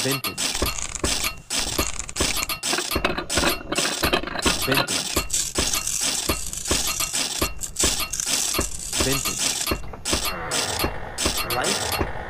vintage, vintage, vintage, life,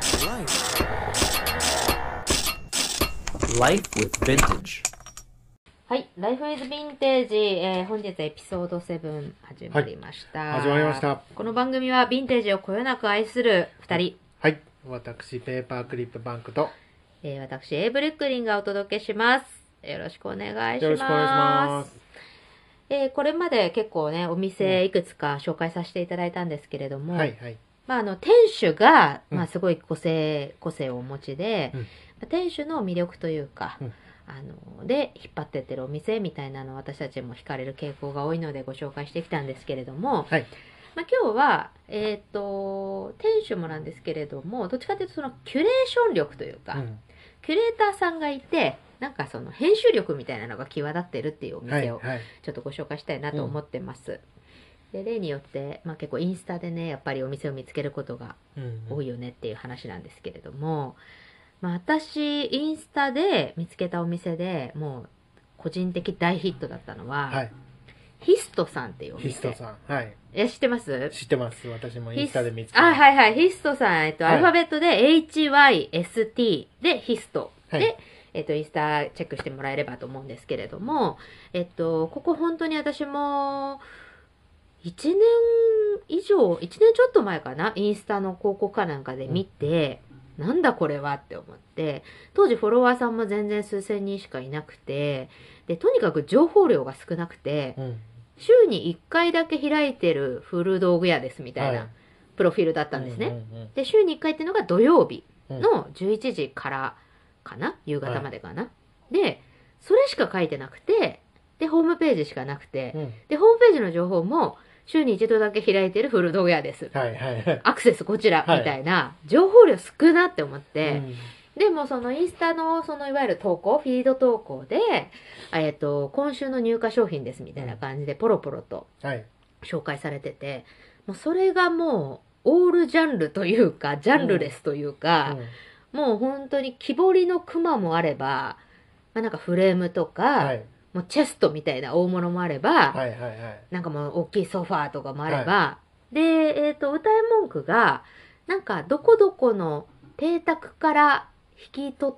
life with vintage. はい、Life is Vintage、本日エピソード7始まりました、 始まりました。 この番組はヴィンテージをこよなく愛する2人、 はい、私ペーパークリップバンクと、 私エイブ・ルックリンがお届けします。よろしくお願いします。 よろしくお願いします。 これまで結構ねお店いくつか紹介させていただいたんですけれども、 はいはい、 店主が、すごい個性をお持ちで、店主の魅力というか、で引っ張ってってるお店みたいなのを私たちも惹かれる傾向が多いのでご紹介してきたんですけれども、 はい、 今日は、店主もなんですけれども、どっちかというとそのキュレーション力というか、キュレーターさんがいて、なんかその編集力みたいなのが際立ってるっていうお店をちょっとご紹介したいなと思ってます。で例によって、結構インスタでねやっぱりお店を見つけることが多いよねっていう話なんですけれども、私インスタで見つけたお店でもう個人的大ヒットだったのは、ヒストさんっていうお店。 ヒストさん、はい。 知ってます？ 知ってます。私もインスタで見つけました。 はいはい。ヒストさん、アルファベットで HYST でヒストで、インスタチェックしてもらえればと思うんですけれども、ここ本当に私も1年ちょっと前かな、インスタの広告かなんかで見て、なんだこれはって思って、当時フォロワーさんも全然数千人しかいなくて、でとにかく情報量が少なくて、週に1回だけ開いてる古道具屋ですみたいなプロフィールだったんですね。で週に1回っていうのが土曜日の11時からかな、夕方までかな。でそれしか書いてなくて、でホームページしかなくて、でホームページの情報も週に一度だけ開いてる古道具屋です。アクセスこちら、みたいな、情報量少なって思って、でもそのインスタのそのいわゆる投稿、フィード投稿で、今週の入荷商品ですみたいな感じでポロポロと紹介されてて、もうそれがもうオールジャンルというか、ジャンルレスというか、もう本当に木彫りの熊もあれば、なんかフレームとか、もうチェストみたいな大物もあれば、なんかもう大きいソファーとかもあれば、で、歌い文句が、なんかどこどこの邸宅から引き取った、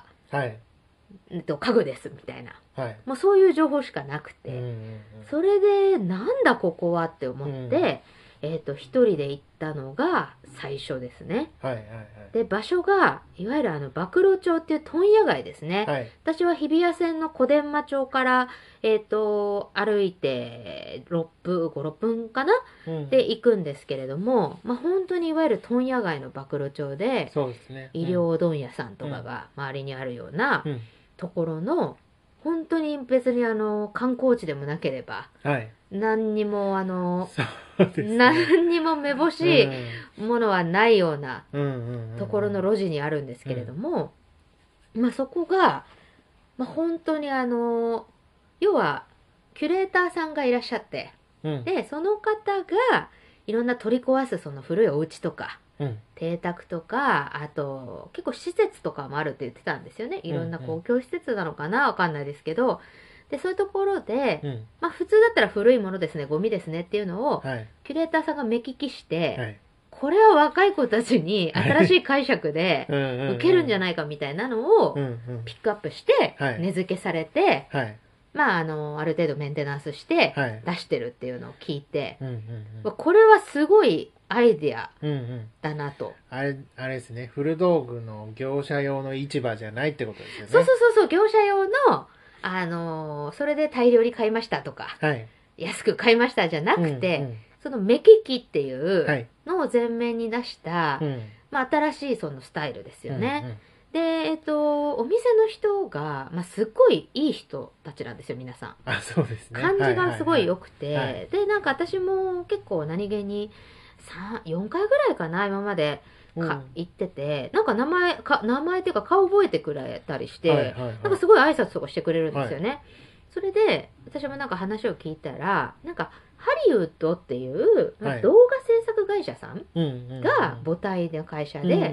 家具ですみたいな、もうそういう情報しかなくて、それでなんだここはって思って、一人で行ったのが最初ですね。で場所がいわゆる馬喰町っていう問屋街ですね。私は日比谷線の小伝馬町から歩いて5、6分かな、で行くんですけれども、本当にいわゆる問屋街の馬喰町で、医療問屋さんとかが周りにあるようなところの、本当に別に観光地でもなければ、何にも何にもめぼしいものはないようなところの路地にあるんですけれども、そこが、本当に要はキュレーターさんがいらっしゃって、でその方がいろんな取り壊すその古いお家とか、邸宅とか、あと結構施設とかもあるって言ってたんですよね。いろんな公共施設なのかな、わかんないですけど、でそういうところで、普通だったら古いものですね、ゴミですねっていうのを、キュレーターさんが目利きして、これは若い子たちに新しい解釈で受けるんじゃないかみたいなのをピックアップして根付けされて、ある程度メンテナンスして出してるっていうのを聞いて、これはすごいアイデアだなと。 あれですね、古道具の業者用の市場じゃないってことですよね。 そう、業者用のそれで大量に買いましたとか、安く買いましたじゃなくて、その目利きっていうのを前面に出した、新しいそのスタイルですよね。で、お店の人が、すっごいいい人たちなんですよ、皆さん。 そうですね。 感じがすごい良くて、で、なんか私も結構何気に4回ぐらいかな、今まで行ってて、なんか名前っていうか顔覚えてくれたりして、なんかすごい挨拶とかしてくれるんですよね。それで、私もなんか話を聞いたら、なんかハリウッドっていう、動画制作会社さんが母体の会社で、要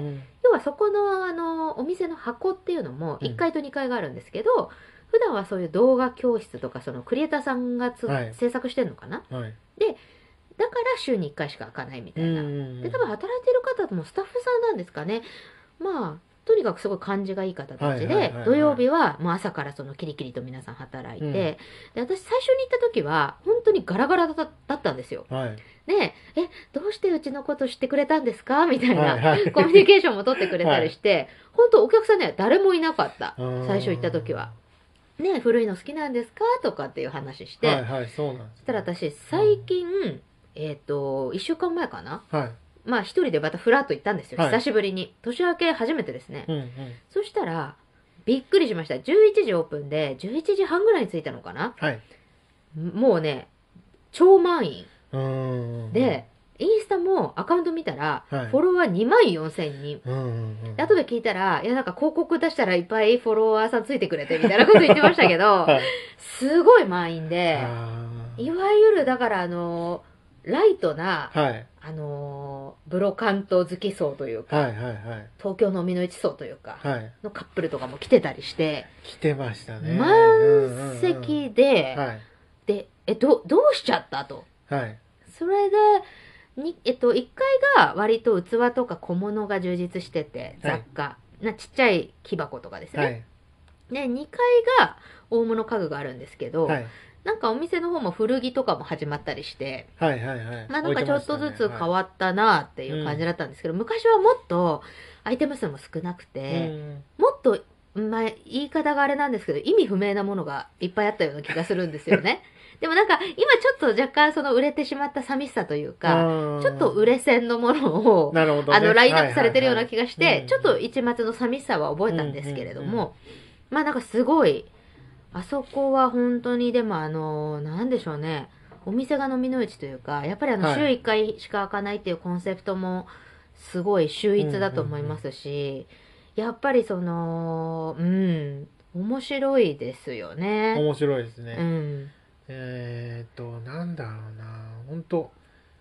要はそこのお店の箱っていうのも1階と2階があるんですけど、普段はそういう動画教室とかそのクリエイターさんが制作してるのかな、 はい。 でだから週に1回しか開かないみたいな。で多分働いてる方もスタッフさんなんですかね。まあとにかくすごい感じがいい方たちで、土曜日はもう朝からそのキリキリと皆さん働いて、で私最初に行った時は本当にガラガラだったんですよ。 はい。 でどうしてうちのこと知ってくれたんですかみたいな、 はいはい、 コミュニケーションも取ってくれたりして、本当お客さんね誰もいなかった。最初行った時は。ね、古いの好きなんですかとかっていう話して、 はいはい、そうなんです、ね。 そしたら私最近、1週間前かな、 はい、 まあ一人でまたフラッと行ったんですよ、久しぶりに。年明け初めてですね。そしたらびっくりしました。11時オープンで11時半ぐらいに着いたのかな、 はい、 もうね超満員で、インスタもアカウント見たら、フォロワー24,000人。後で聞いたら、いやなんか広告出したらいっぱいフォロワーさんついてくれてみたいなこと言ってましたけど、すごい満員で、いわゆるだからライトな、ブロカント好き層というか、東京飲みの市層というか、のカップルとかも来てたりして、 来てましたね。 満席で、で、どうしちゃったと。それで、1階が割と器とか小物が充実してて、雑貨、ちっちゃい木箱とかですね。で、2階が大物家具があるんですけど、なんかお店の方も古着とかも始まったりして、まあなんかちょっとずつ変わったなっていう感じだったんですけど、昔はもっとアイテム数も少なくて、もっと、まあ言い方があれなんですけど、意味不明なものがいっぱいあったような気がするんですよね。でもなんか今ちょっと若干その売れてしまった寂しさというか、ちょっと売れ線のものを、ラインナップされてるような気がして、ちょっと一末の寂しさは覚えたんですけれども、まあなんかすごい、あそこは本当にでもなんでしょうね、お店が飲みの市というか、やっぱり週1回しか開かないっていうコンセプトもすごい秀逸だと思いますし、やっぱりその、面白いですよね。 面白いですね。なんだろうな、本当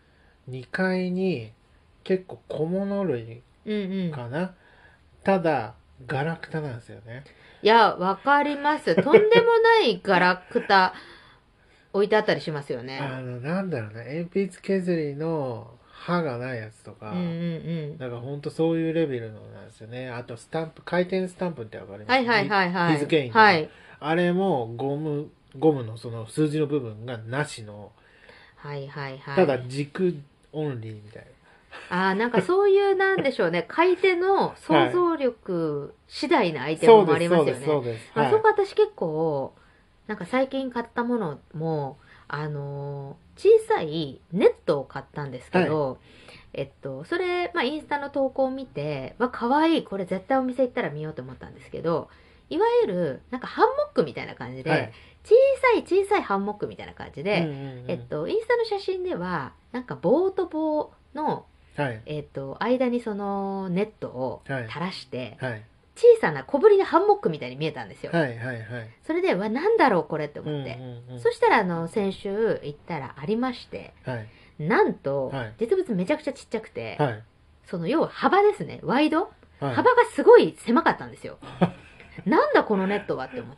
2階に結構小物類かな。ただ、ガラクタなんですよね。 いや、わかります。とんでもないガラクタ置いてあったりしますよね。 なんだろうね、鉛筆削りの刃がないやつとか、なんか本当そういうレベルのなんですよね。あとスタンプ、回転スタンプってわかりますか？日付印とか。あれもゴムのその数字の部分がなしの、ただ軸オンリーみたいな。 なんかそういうなんでしょうね、買い手の想像力次第なアイテムもありますよね。そこ私結構、なんか最近買ったものも、小さいネットを買ったんですけど、それ、まあインスタの投稿を見て、可愛い、これ絶対お店行ったら見ようと思ったんですけど、いわゆる、なんかハンモックみたいな感じで、小さいハンモックみたいな感じで、インスタの写真では、なんか棒と棒の、間にそのネットを垂らして、小さな小ぶりなハンモックみたいに見えたんですよ。それで、なんだろうこれって思って。そしたら先週行ったらありまして、なんと、実物めちゃくちゃちっちゃくて、その要は幅ですね、ワイド、幅がすごい狭かったんですよ。なんだこのネットはって思って。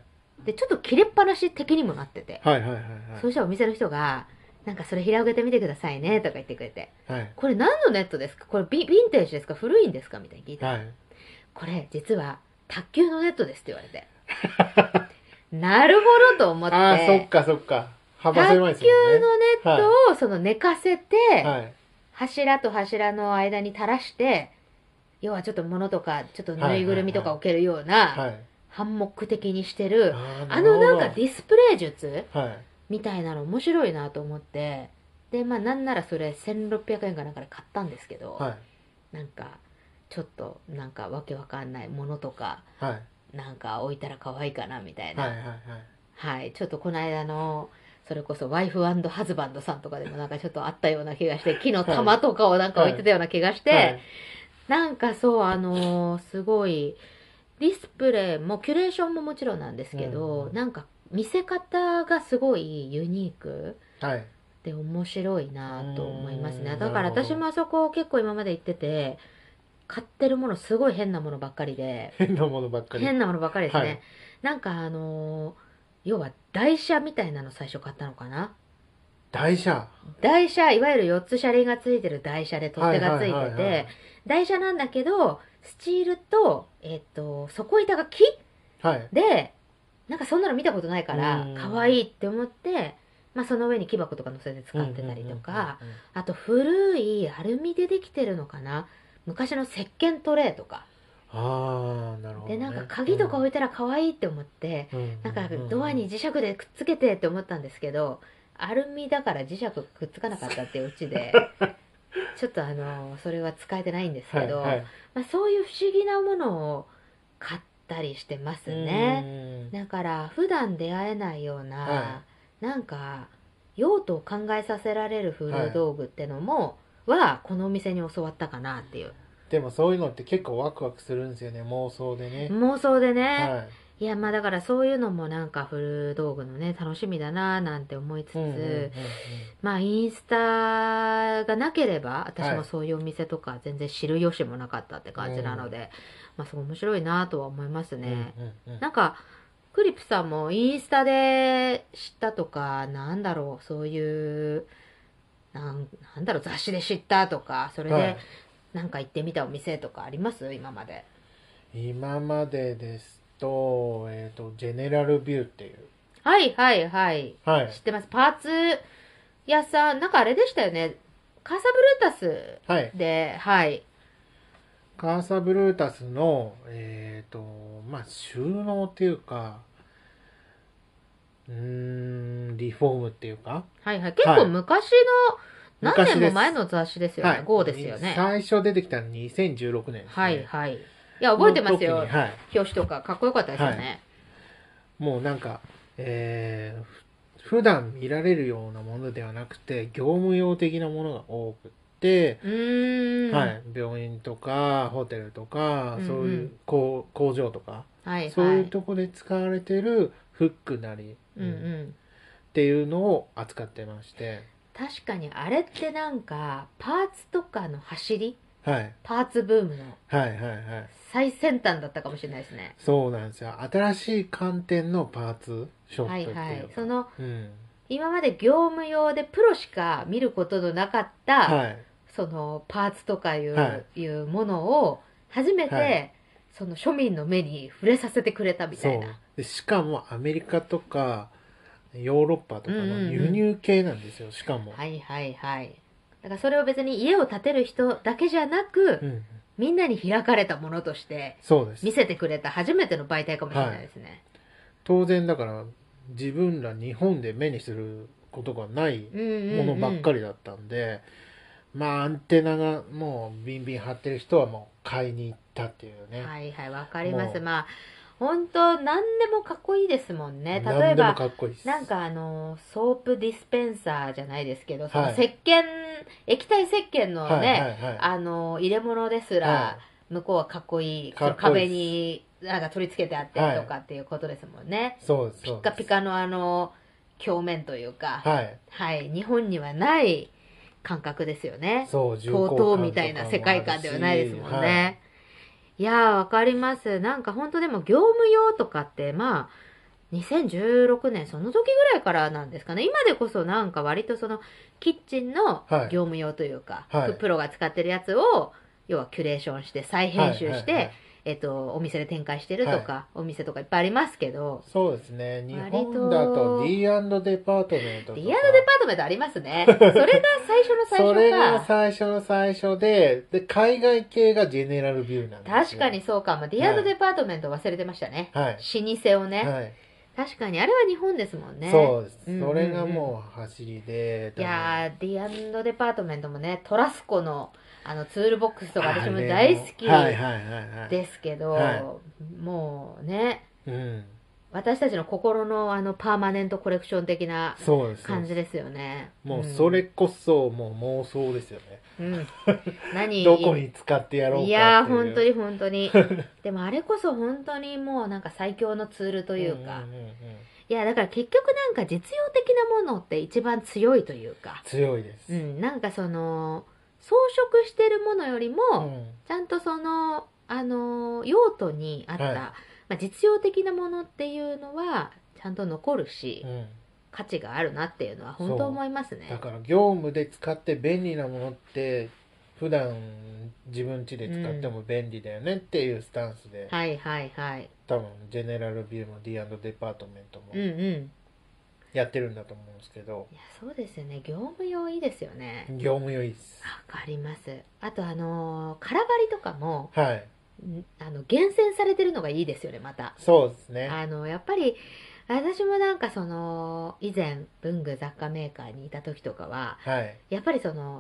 で、ちょっと切れっぱなし的にもなってて。そしたらお店の人が、なんかそれ広げてみてくださいねとか言ってくれて。これ何のネットですか？これヴィンテージですか？古いんですか？みたいに聞いたら。これ実は卓球のネットですって言われて。なるほどと思って。 そっかそっか。幅狭いですよね。 卓球のネットをその寝かせて、柱と柱の間に垂らして、要はちょっと物とか、ちょっとぬいぐるみとか置けるような、ハンモック的にしてる、なんかディスプレイ術みたいなの面白いなと思って、で、まあなんならそれ1600円かなんかで買ったんですけど、なんか、ちょっとなんかわけわかんないものとか、なんか置いたら可愛いかなみたいな。ちょっとこの間の、それこそワイフ&ハズバンドさんとかでもなんかちょっとあったような気がして、木の玉とかをなんか置いてたような気がして、なんかそう、すごい、ディスプレイもキュレーションももちろんなんですけど、なんか見せ方がすごいユニークで面白いなと思いますね。だから私もあそこ結構今まで行ってて、 買ってるものすごい変なものばっかりで。 変なものばっかり。 変なものばっかりですね。 はい、 なんか要は台車みたいなの最初買ったのかな。 台車、 いわゆる4つ車輪がついてる台車で取っ手がついてて、台車なんだけど、スチールと、底板が木、 はい、 で、なんかそんなの見たことないから、可愛いって思って、まあその上に木箱とか乗せて使ってたりとか、あと古いアルミでできてるのかな。昔の石鹸トレーとか。 ああ、なるほど、ね。 で、なんか鍵とか置いたら可愛いって思って、なんかドアに磁石でくっつけてって思ったんですけど、アルミだから磁石くっつかなかったっていうオチで、ちょっとそれは使えてないんですけど、 はいはい、 まあ、そういう不思議なものを買ったりしてますね。だから普段出会えないような、 はなんか用途を考えさせられる古道具ってのも、はこのお店に教わったかなっていう。 でもそういうのって結構ワクワクするんですよね、妄想でね。 妄想でね。 はい、 いや、まあだからそういうのもなんか古道具のね、楽しみだななんて思いつつ、まあインスタがなければ、私もそういうお店とか全然知る由もなかったって感じなので、まあすごい面白いなとは思いますね。なんか、クリップさんもインスタで知ったとか、なんだろう、そういう、なんだろう、雑誌で知ったとか、それでなんか行ってみたお店とかあります今まで。 今までですと、ジェネラルビューっていう。 はいはいはい。 はい。 知ってます。パーツ屋さん、なんかあれでしたよね。カーサブルータスで、はい。 カーサブルータスの、まあ、収納っていうか、リフォームっていうか。 はいはい。結構昔の、何年も前の雑誌ですよね。 はい、 GO ですよね。 最初出てきたの2016年ですね。 はいはい。いや、覚えてますよ。 はい、 表紙とか、かっこよかったですよね。はい、 もうなんか、普段見られるようなものではなくて、業務用的なものが多くて、はい、病院とか、ホテルとか、そういう工場とか、そういうとこで使われてるフックなり、っていうのを扱ってまして。 確かにあれってなんか、パーツとかの走り、 はい、 パーツブームの最先端だったかもしれないですね。 そうなんですよ。新しい観点のパーツショットっていうか。 はいはい。その、今まで業務用でプロしか見ることのなかった、そのパーツとかいう、ものを初めて、その庶民の目に触れさせてくれたみたいな。 でしかもアメリカとかヨーロッパとかの輸入系なんですよ、しかも。 はいはいはい。だからそれを別に家を建てる人だけじゃなく、みんなに開かれたものとして見せてくれた初めての媒体かもしれないですね。 当然だから自分ら日本で目にすることがないものばっかりだったんで、まあアンテナがもうビンビン張ってる人はもう買いに行ったっていうね。 はいはい、わかります。まあ本当何でもかっこいいですもんね。例えばなんかソープディスペンサーじゃないですけど、その石鹸、液体石鹸のね、入れ物ですら、向こうはかっこいい、壁になんか取り付けてあってとかっていうことですもんね。 そうです。 ピッカピカの鏡面というか、はい、日本にはない感覚ですよね。 そう、 TOTOみたいな世界観ではないですもんね。いやー、わかります。なんか本当でも業務用とかって、まあ、2016年、その時ぐらいからなんですかね。今でこそなんか割とその、キッチンの業務用というか、プロが使ってるやつを、要はキュレーションして、再編集して、お店で展開してるとか、お店とかいっぱいありますけど。 そうですね。日本だと D& デパートメントとか。 D& デパートメントありますね。それが最初の最初か。 それが最初の最初で、海外系がジェネラルビューなんですよ。 確かにそうかも。D& デパートメント忘れてましたね。老舗をね。確かに、あれは日本ですもんね。 そうです。それがもう走りで。 いやー、D& デパートメントもね、トラスコのツールボックスとか私も大好きですけど、もうね、私たちの心のパーマネントコレクション的な感じですよね。 もうそれこそもう妄想ですよね。どこに使ってやろうかっていう。 いやー、本当に本当に。でもあれこそ本当にもうなんか最強のツールというか。いや、だから結局なんか実用的なものって一番強いというか。 強いです。 なんかその、 装飾してるものよりも、ちゃんとその、用途に合った、はい、まあ、実用的なものっていうのは、ちゃんと残るし、価値があるなっていうのは本当思いますね。 だから業務で使って便利なものって、普段自分家で使っても便利だよねっていうスタンスで、 はいはいはい。 多分ジェネラルビューも D& デパートメントもやってるんだと思うんですけど、 いやそうですよね。業務用いいですよね。 業務用いいです。 わかります。あと空張りとかも、 はい、 厳選されてるのがいいですよね、また。 そうですね。 やっぱり私もなんか以前文具雑貨メーカーにいた時とかは、はい、やっぱり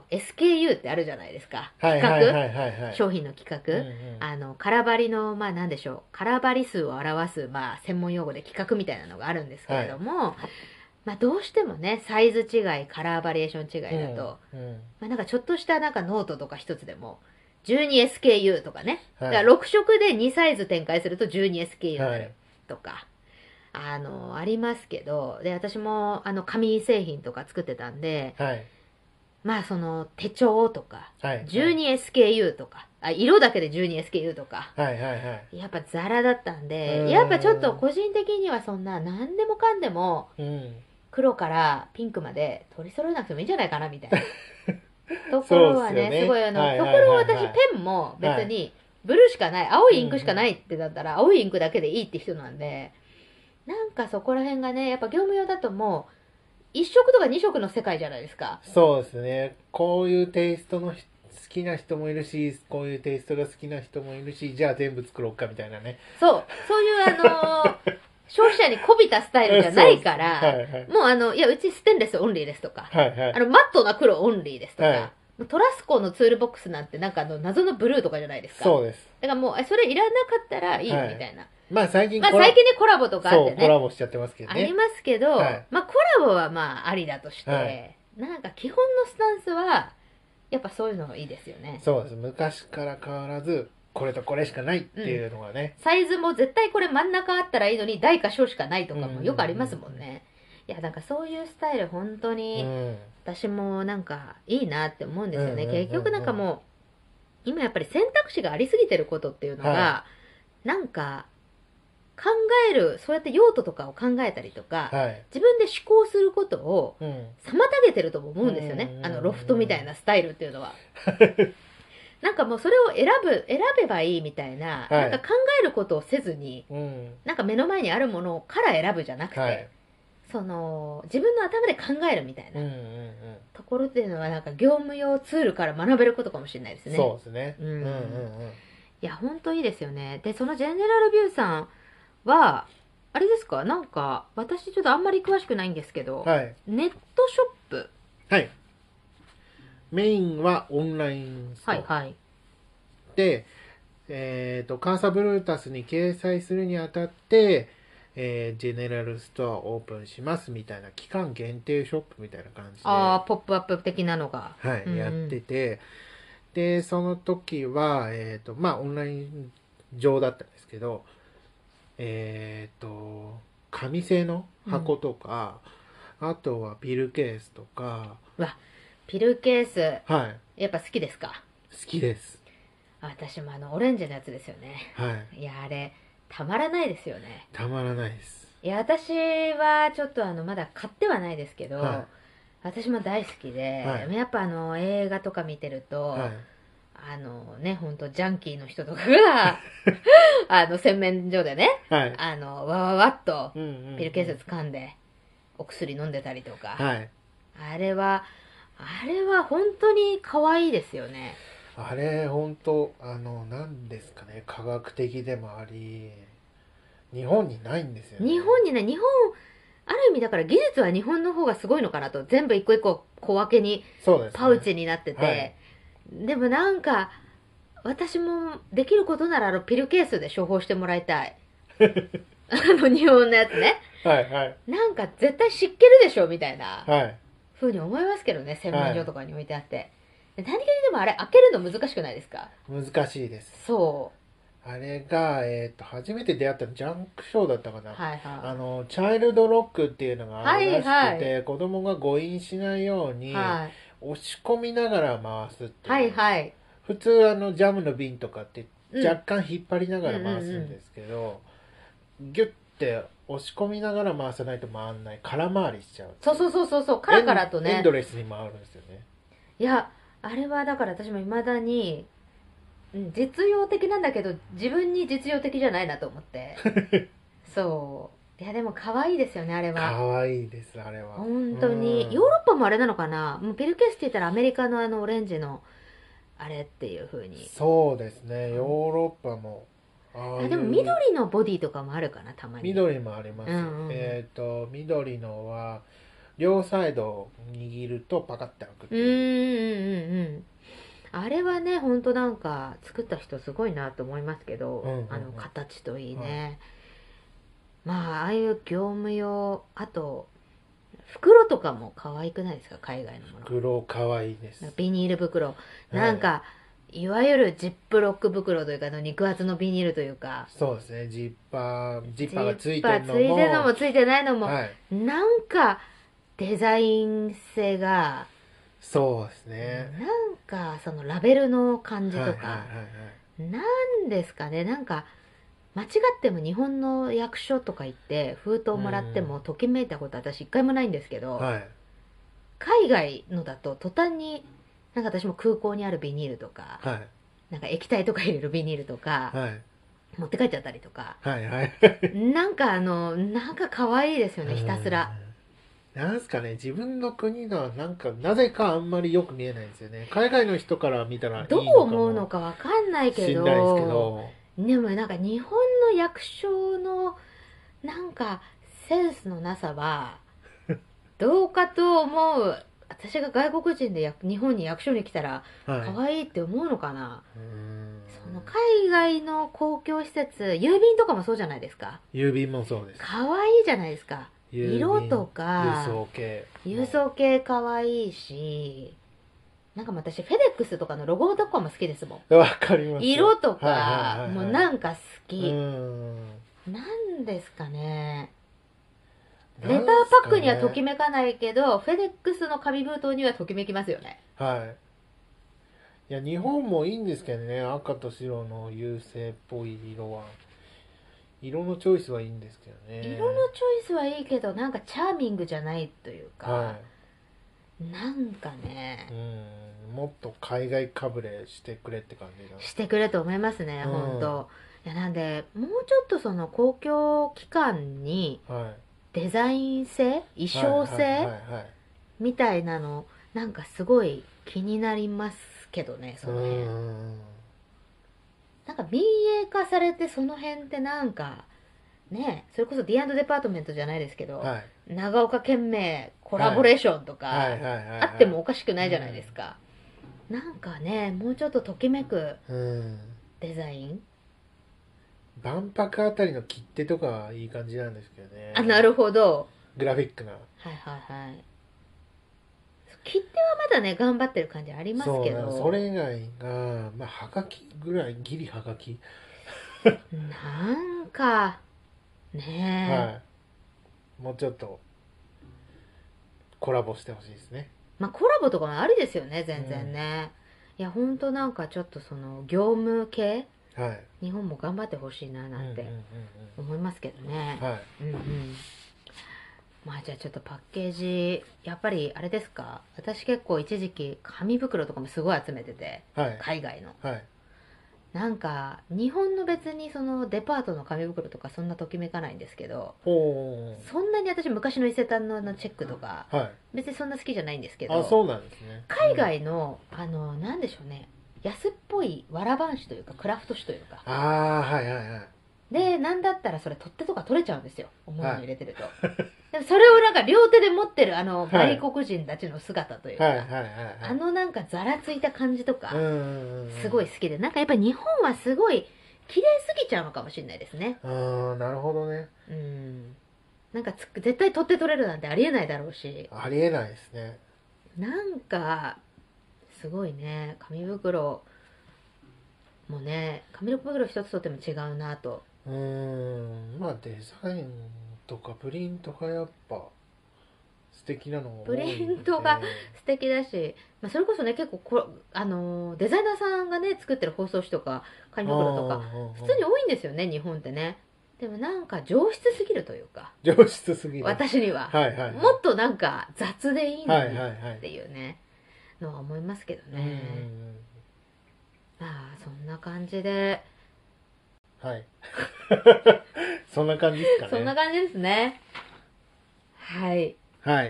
SKU ってあるじゃないですか。企画、商品の企画、空張りの、まあなんでしょう、空張り数を表す、まあ専門用語で企画みたいなのがあるんですけれども、はい、まあどうしてもね、サイズ違い、カラーバリエーション違いだと、まあなんかちょっとしたなんかノートとか一つでも、12SKU とかね、はい、だから6色で2サイズ展開すると 12SKU になるとか、はい、ありますけど、で、私も、紙製品とか作ってたんで、はい、まあ、手帳とか、はい、12SKU とか、色だけで 12SKU とか、はいはいはい、やっぱザラだったんで、やっぱちょっと個人的にはそんな、何でもかんでも、黒からピンクまで取り揃えなくてもいいんじゃないかな、みたいな。ところはね、すごいところ私ペンも別に、ブルーしかない、青いインクしかないってだったら、青いインクだけでいいって人なんで、なんかそこら辺がね、やっぱ業務用だともう、1色とか2色の世界じゃないですか。 そうですね。こういうテイストの好きな人もいるし、こういうテイストが好きな人もいるし、じゃあ全部作ろうかみたいなね。 そう。そういう消費者にこびたスタイルじゃないから、はいはい、もういや、うちステンレスオンリーですとか、はいはい、マットな黒オンリーですとか、はい、トラスコのツールボックスなんてなんか謎のブルーとかじゃないですか。 そうです。 だからもう、それいらなかったらいいみたいな。 まあ最近ねコラボとかあってね。 コラボしちゃってますけどね。 ありますけど、はい、まあコラボはまあありだとして、はい、なんか基本のスタンスは、やっぱそういうのがいいですよね。 そうです。昔から変わらず、これとこれしかないっていうのがね、 サイズも絶対これ真ん中あったらいいのに、大か小しかないとかもよくありますもんね。いや、なんかそういうスタイル本当に、私もなんかいいなって思うんですよね。結局なんかもう、今やっぱり選択肢がありすぎてることっていうのが、はい、なんか、考える、そうやって用途とかを考えたりとか、はい、自分で思考することを妨げてるとも思うんですよね。ロフトみたいなスタイルっていうのは。なんかもうそれを選べばいいみたいな、はい、なんか考えることをせずに、なんか目の前にあるものから選ぶじゃなくて、はい、自分の頭で考えるみたいなところっていうのはなんか業務用ツールから学べることかもしれないですね。 そうですね。 いや、ほんといいですよね。で、そのジェネラルビューさんは、あれですか、なんか、私ちょっとあんまり詳しくないんですけど、はい、ネットショップ。 はい。メインはオンラインストア。はいはい。で、カーサブルータスに掲載するにあたって、ジェネラルストアオープンしますみたいな期間限定ショップみたいな感じで。 ああ、ポップアップ的なのが。 はい、やってて、で、その時は、まあ、オンライン上だったんですけど、紙製の箱とか、あとはピルケースとか。 わ、ピルケース。 はい。 やっぱ好きですか？ 好きです。 私もオレンジのやつですよね。はい。いや、あれ、たまらないですよね。 たまらないです。 いや、私はちょっとまだ買ってはないですけど、はい、私も大好きで、はい、やっぱ映画とか見てると、はい、ね、ほんとジャンキーの人とかが、洗面所でね、はい、わわわっと、ピルケース掴んで、お薬飲んでたりとか、はい、あれは本当に可愛いですよね。 あれ、本当何ですかね、科学的でもあり、日本にないんですよね。 日本にね、ある意味だから技術は日本の方がすごいのかなと、全部一個一個小分けに、パウチになってて、はい、でもなんか、私もできることならピルケースで処方してもらいたい。日本のやつね。はいはい。なんか絶対湿気るでしょみたいな。はい。ふうに思いますけどね、洗面所とかに置いてあって。はい、何気にでもあれ開けるの難しくないですか？ 難しいです。 そう。 あれが、初めて出会ったのジャンクショーだったかな。はいはい。チャイルドロックっていうのがあるらしくて、はいはい、子供が誤飲しないように、はい、 押し込みながら回すっていう。 はいはい。 普通ジャムの瓶とかって若干引っ張りながら回すんですけど、ギュッて押し込みながら回さないと回んない。空回りしちゃう。 そうカラカラとね。 エンドレスに回るんですよね。 いや、あれはだから私も未だに、実用的なんだけど、自分に実用的じゃないなと思って。そう。いや、でも可愛いですよね、あれは。 可愛いです、あれは。 本当に。ヨーロッパもあれなのかな、もうピルケースって言ったらアメリカのオレンジの、あれっていう風に。 そうですね、ヨーロッパも。 でも緑のボディとかもあるかな、たまに。 緑もあります。緑のは、両サイドを握るとパカッて開くっていう。 あれはね、ほんとなんか、作った人すごいなと思いますけど、形といいね。まあ、ああいう業務用、あと、袋とかも可愛くないですか、海外のもの。 袋可愛いです。 ビニール袋。なんか、いわゆるジップロック袋というか肉厚のビニールというか。 そうですね、ジッパーがついてるのも。 ついてるのもついてないのも、なんか、デザイン性が、 そうですね。 なんか、そのラベルの感じとか、なんですかね、なんか、間違っても日本の役所とか行って封筒もらってもときめいたこと私一回もないんですけど、海外のだと途端になんか私も空港にあるビニールとか、なんか液体とか入れるビニールとか、持って帰っちゃったりとか、なんか可愛いですよね、ひたすら。 なんすかね、自分の国がなぜかあんまりよく見えないんですよね。海外の人から見たらいいのかもどう思うのかわかんないけど、 しんないですけど、 でもなんか日本の役所のなんかセンスのなさはどうかと思う。私が外国人で日本に役所に来たら可愛いって思うのかな、その海外の公共施設、郵便とかもそうじゃないですか。 郵便もそうです。 可愛いじゃないですか。色とか郵送系可愛いし、なんか私フェデックスとかのロゴとかも好きですもん。わかります。 色とかもうなんか好き。なんですかね。レターパックにはときめかないけど、フェデックスの紙封筒にはときめきますよね。 いや、日本もいいんですけどね、赤と白の優勢っぽい色は。色のチョイスはいいんですけどね。 色のチョイスはいいけど、なんかチャーミングじゃないというか、なんかね、 もっと海外かぶれしてくれって感じだ。 してくれと思いますね、本当。いや、なんでもうちょっとその公共機関にデザイン性、衣装性みたいなのなんかすごい気になりますけどね、その辺。なんか民営化されてその辺ってなんかね、それこそ D& デパートメントじゃないですけど、長岡県名コラボレーションとかあってもおかしくないじゃないですか。なんかね、もうちょっとときめくデザイン。 万博あたりの切手とかはいい感じなんですけどね。 なるほど。 グラフィックな。 切手はまだね頑張ってる感じありますけど、 それ以外がまあはがきぐらい、ギリはがきなんかねもうちょっとコラボしてほしいですね。 まあコラボとかもありですよね、全然ね。いやほんとなんかちょっとその業務系、日本も頑張ってほしいななんて思いますけどね。まあじゃあちょっとパッケージ、やっぱりあれですか、私結構一時期紙袋とかもすごい集めてて、海外の。なんか日本の別にそのデパートの紙袋とかそんなときめかないんですけど、そんなに私昔の伊勢丹のチェックとか、別にそんな好きじゃないんですけど、海外のなんでしょうね、安っぽいわら半紙というかクラフト紙というか、でなんだったらそれ取っ手とか取れちゃうんですよ、重いの入れてると。でもそれをなんか両手で持ってる外国人たちの姿というか、なんかざらついた感じとかすごい好きで、なんかやっぱり日本はすごい綺麗すぎちゃうのかもしれないですね。 なるほどね。 なんか絶対取って取れるなんてありえないだろうし。 ありえないですね。 なんかすごいね、紙袋もね、紙袋一つとっても違うなと。 まあデザインとかプリントがやっぱ素敵なのプリントが素敵だし、まあ、それこそね結構デザイナーさんがね作ってる包装紙とか紙袋とか普通に多いんですよね日本ってね。でもなんか上質すぎるというか、 上質すぎる私には、 はいはいはい、 もっとなんか雑でいいのにっていうね、のは思いますけどね。まあそんな感じで、 はいそんな感じですかね。 そんな感じですね。はいはい。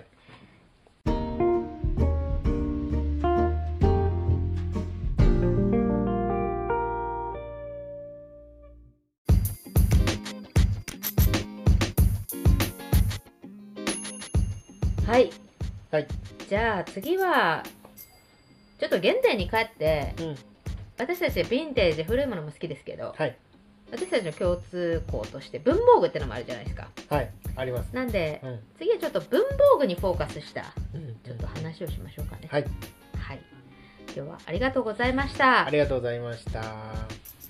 はい、 はい、 じゃあ次はちょっと現代に帰って、私たちヴィンテージ古いものも好きですけど、 はい、 私たちの共通項として文房具ってのもあるじゃないですか。 はい、あります。 なんで、次はちょっと文房具にフォーカスしたちょっと話をしましょうかね。 はい、 はい、今日はありがとうございました。 ありがとうございました。